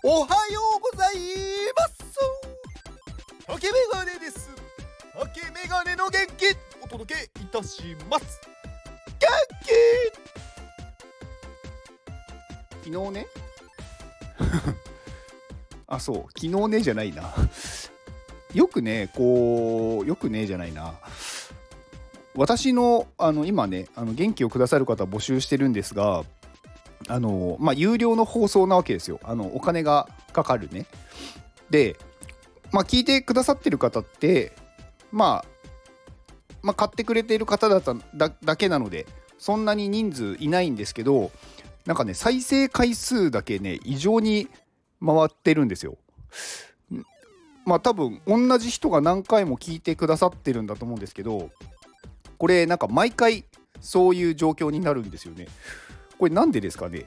おはようございます。竹メガネです。竹メガネの元気お届けいたします。元気昨日ねそう昨日ねじゃないなよくねじゃないな私の今ね元気をくださる方募集してるんですが、有料の放送なわけですよ。お金がかかるね。で、聞いてくださってる方って買ってくれている方だけなのでそんなに人数いないんですけど、なんかね再生回数だけね異常に回ってるんですよ。多分同じ人が何回も聞いてくださってるんだと思うんですけど、これなんか毎回そういう状況になるんですよね。これなんでですかね。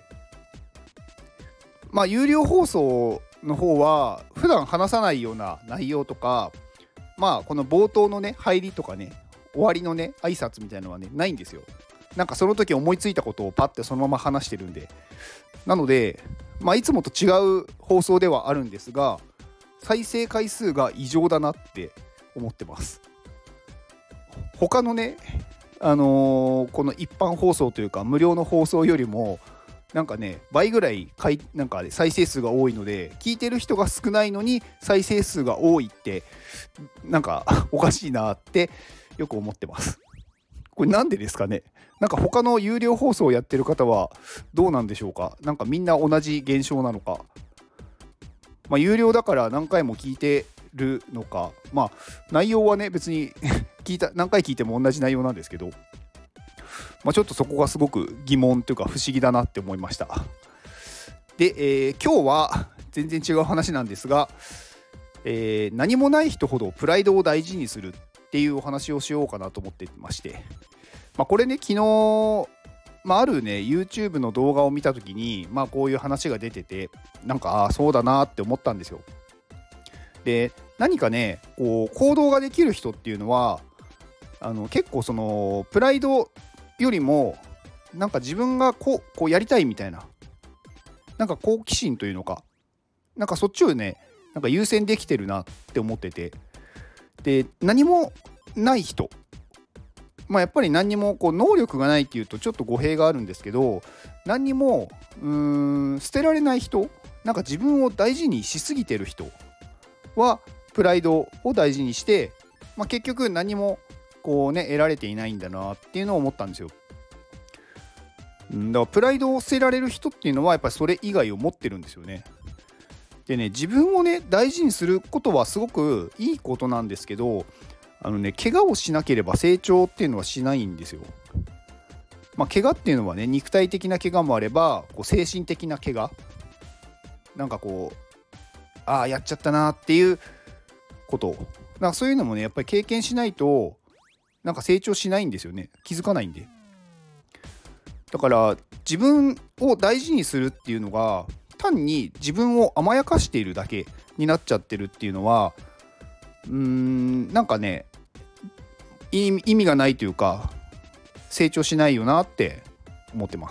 有料放送の方は普段話さないような内容とか、この冒頭のね入りとかね終わりのね挨拶みたいなのはねないんですよ。なんかその時思いついたことをパッてそのまま話してるんで、なのでいつもと違う放送ではあるんですが、再生回数が異常だなって思ってます。他のねこの一般放送というか無料の放送よりもなんかね倍ぐらいなんか再生数が多いので、聞いてる人が少ないのに再生数が多いってなんかおかしいなってよく思ってます。これなんでですかね。なんか他の有料放送をやってる方はどうなんでしょうか。なんかみんな同じ現象なのか、有料だから何回も聞いてるのか、内容はね別に何回聞いても同じ内容なんですけど、ちょっとそこがすごく疑問というか不思議だなって思いました。で、今日は全然違う話なんですが、何もない人ほどプライドを大事にするっていうお話をしようかなと思ってまして、これね昨日、あるね YouTube の動画を見た時にこういう話が出てて、なんかそうだなって思ったんですよ。で、何かねこう行動ができる人っていうのは結構そのプライドよりもなんか自分がこうやりたいみたいな、なんか好奇心というのか、なんかそっちをねなんか優先できてるなって思ってて、で何もない人、やっぱり何にも能力がないっていうとちょっと語弊があるんですけど、何にも捨てられない人、なんか自分を大事にしすぎてる人はプライドを大事にして、結局何も得られていないんだなっていうのを思ったんですよ。だからプライドを捨てられる人っていうのはやっぱりそれ以外を持ってるんですよね。でね、自分をね大事にすることはすごくいいことなんですけど、怪我をしなければ成長っていうのはしないんですよ。怪我っていうのはね肉体的な怪我もあれば精神的な怪我、なんかやっちゃったなっていうこと、なんかそういうのもねやっぱり経験しないとなんか成長しないんですよね。気づかないんで。だから自分を大事にするっていうのが単に自分を甘やかしているだけになっちゃってるっていうのはなんかね意味がないというか成長しないよなって思ってます。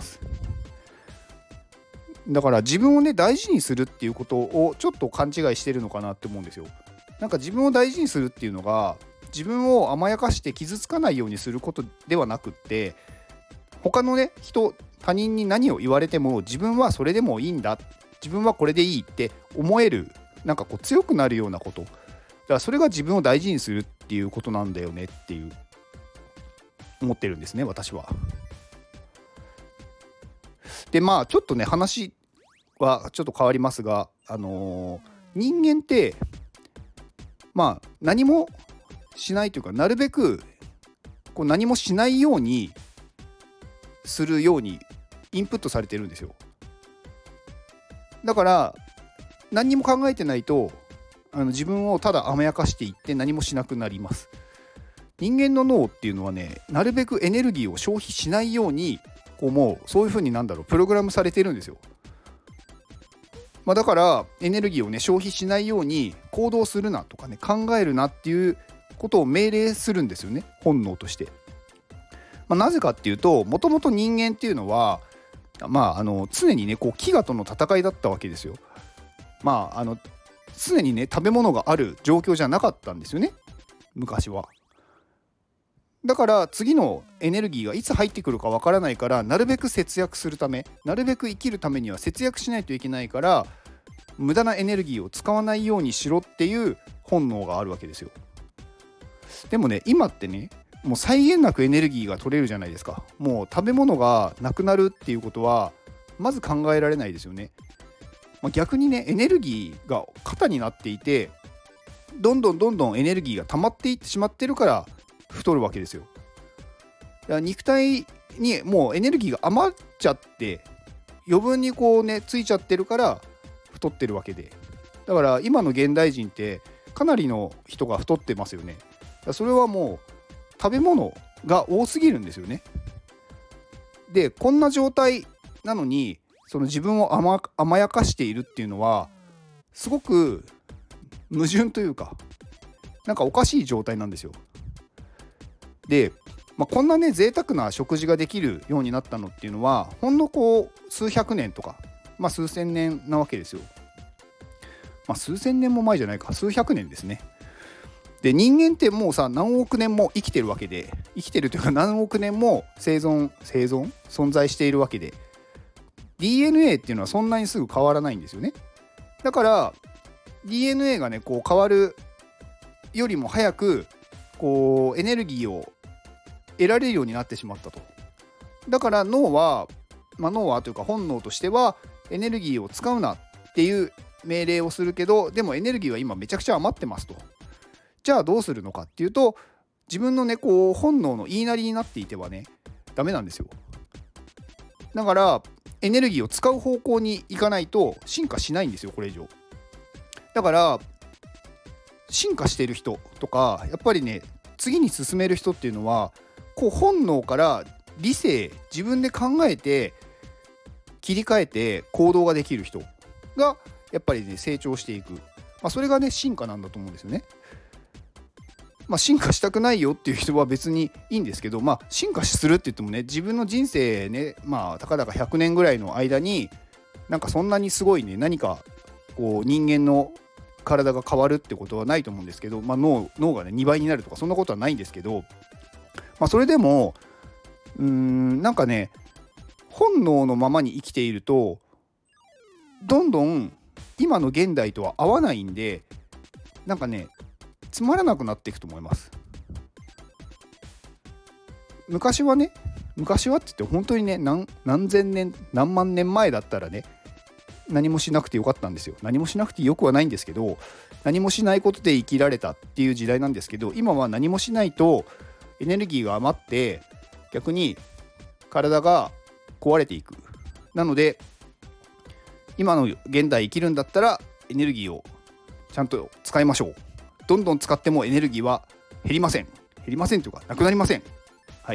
だから自分をね大事にするっていうことをちょっと勘違いしてるのかなって思うんですよ。なんか自分を大事にするっていうのが自分を甘やかして傷つかないようにすることではなくって、他のね他人に何を言われても自分はそれでもいいんだ、自分はこれでいいって思える、なんか強くなるようなことだから、それが自分を大事にするっていうことなんだよねっていう思ってるんですね、私は。でちょっとね話はちょっと変わりますが、人間って何もしないというか、なるべく何もしないようにするようにインプットされてるんですよ。だから何にも考えてないと自分をただ甘やかしていって何もしなくなります。人間の脳っていうのはね、なるべくエネルギーを消費しないようにもうそういう風にプログラムされてるんですよ。だからエネルギーをね消費しないように行動するなとかね考えるなっていうことを命令するんですよね、本能として。なぜかっていうと、もともと人間っていうのは常にね飢餓との戦いだったわけですよ。 常にね食べ物がある状況じゃなかったんですよね、昔は。だから次のエネルギーがいつ入ってくるかわからないから、なるべく節約するため、なるべく生きるためには節約しないといけないから、無駄なエネルギーを使わないようにしろっていう本能があるわけですよ。でもね、今ってね、もう際限なくエネルギーが取れるじゃないですか。もう食べ物がなくなるっていうことはまず考えられないですよね。逆にね、エネルギーが過多になっていて、どんどんエネルギーが溜まっていってしまってるから太るわけですよ。だから肉体にもうエネルギーが余っちゃって余分にこうねついちゃってるから太ってるわけで、だから今の現代人ってかなりの人が太ってますよね。だからそれはもう食べ物が多すぎるんですよね。でこんな状態なのにその自分を甘やかしているっていうのはすごく矛盾というか、なんかおかしい状態なんですよ。で、こんなね贅沢な食事ができるようになったのっていうのはほんのこう数百年とか、数千年なわけですよ。数千年も前じゃないか、数百年ですね。で人間ってもうさ何億年も生きてるわけで、生きてるというか何億年も存在しているわけで、 DNA っていうのはそんなにすぐ変わらないんですよね。だから DNA がねこう変わるよりも早くこうエネルギーを得られるようになってしまったと。だから脳はというか本能としてはエネルギーを使うなっていう命令をするけど、でもエネルギーは今めちゃくちゃ余ってますと。じゃあどうするのかっていうと、自分のねこう本能の言いなりになっていてはねダメなんですよ。だからエネルギーを使う方向に行かないと進化しないんですよ、これ以上。だから進化している人とかやっぱりね次に進める人っていうのはこう本能から理性、自分で考えて切り替えて行動ができる人がやっぱりね成長していく、それがね進化なんだと思うんですよね。進化したくないよっていう人は別にいいんですけど、進化するって言ってもね自分の人生ねたかだか100年ぐらいの間になんかそんなにすごいね何かこう人間の体が変わるってことはないと思うんですけど、脳がね2倍になるとかそんなことはないんですけど、それでもなんかね本能のままに生きているとどんどん今の現代とは合わないんで、なんかねつまらなくなっていくと思います。昔はって言って本当にね何千年何万年前だったらね何もしなくてよかったんですよ。何もしなくてよくはないんですけど、何もしないことで生きられたっていう時代なんですけど、今は何もしないとエネルギーが余って逆に体が壊れていく。なので今の現代生きるんだったらエネルギーをちゃんと使いましょう。どんどん使ってもエネルギーは減りませんというかなくなりません。はい、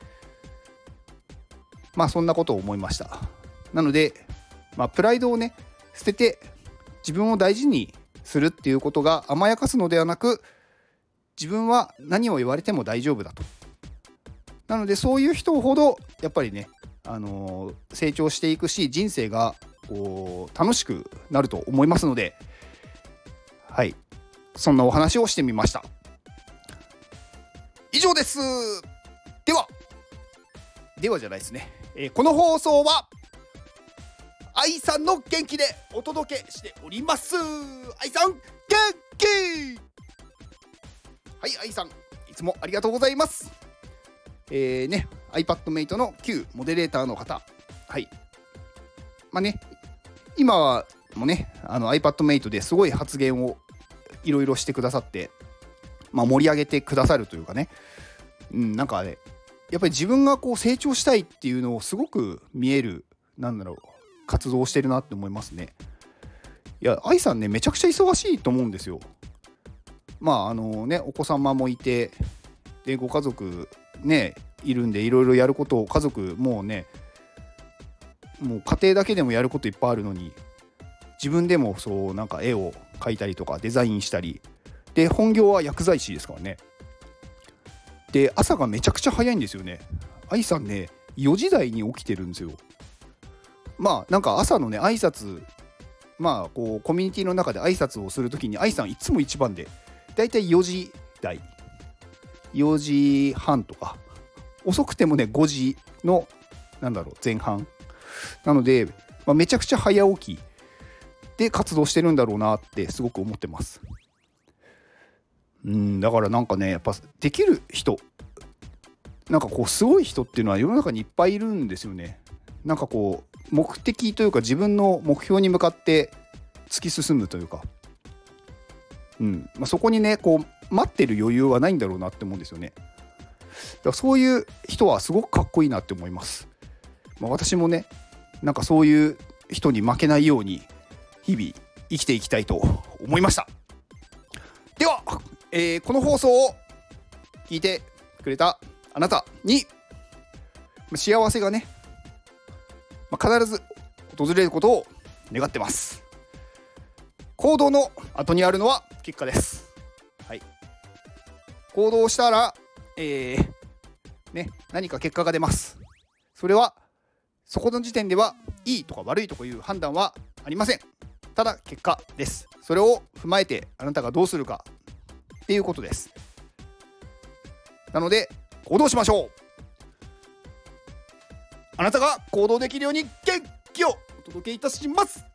そんなことを思いました。なのでプライドをね捨てて自分を大事にするっていうことが甘やかすのではなく、自分は何を言われても大丈夫だと。なのでそういう人ほどやっぱりね、成長していくし人生がこう楽しくなると思いますので、はい、そんなお話をしてみました。以上です。ではじゃないですね、この放送は愛さんの元気でお届けしております。愛さん元気。はい、愛さんいつもありがとうございます。iPadMate の旧モデレーターの方、はい今もねiPadMate ですごい発言をいろいろしてくださって、盛り上げてくださるというかね、なんかねやっぱり自分がこう成長したいっていうのをすごく見える活動をしてるなって思いますね。いや愛さんねめちゃくちゃ忙しいと思うんですよ。お子様もいてでご家族ねいるんでいろいろやることを家族もう家庭だけでもやることいっぱいあるのに、自分でもそうなんか絵を描いたりとかデザインしたりで、本業は薬剤師ですからね。で朝がめちゃくちゃ早いんですよね。愛さんね4時台に起きてるんですよ。なんか朝のね挨拶まあこうコミュニティの中で挨拶をするときに愛さんいつも一番で、だいたい4時台4時半とか、遅くてもね5時の前半なので、めちゃくちゃ早起きで活動してるんだろうなってすごく思ってます。だからなんかね、やっぱできる人、なんかこうすごい人っていうのは世の中にいっぱいいるんですよね。なんかこう目的というか自分の目標に向かって突き進むというか、そこにねこう待ってる余裕はないんだろうなって思うんですよね。だからそういう人はすごくかっこいいなって思います。私もねなんかそういう人に負けないように日々生きていきたいと思いました。では、この放送を聞いてくれたあなたに幸せがね、必ず訪れることを願ってます。行動の後にあるのは結果です。はい、行動したら、何か結果が出ます。それはそこの時点ではいいとか悪いとかいう判断はありません。ただ結果です。それを踏まえてあなたがどうするかっていうことです。なので行動しましょう。あなたが行動できるように元気をお届けいたします。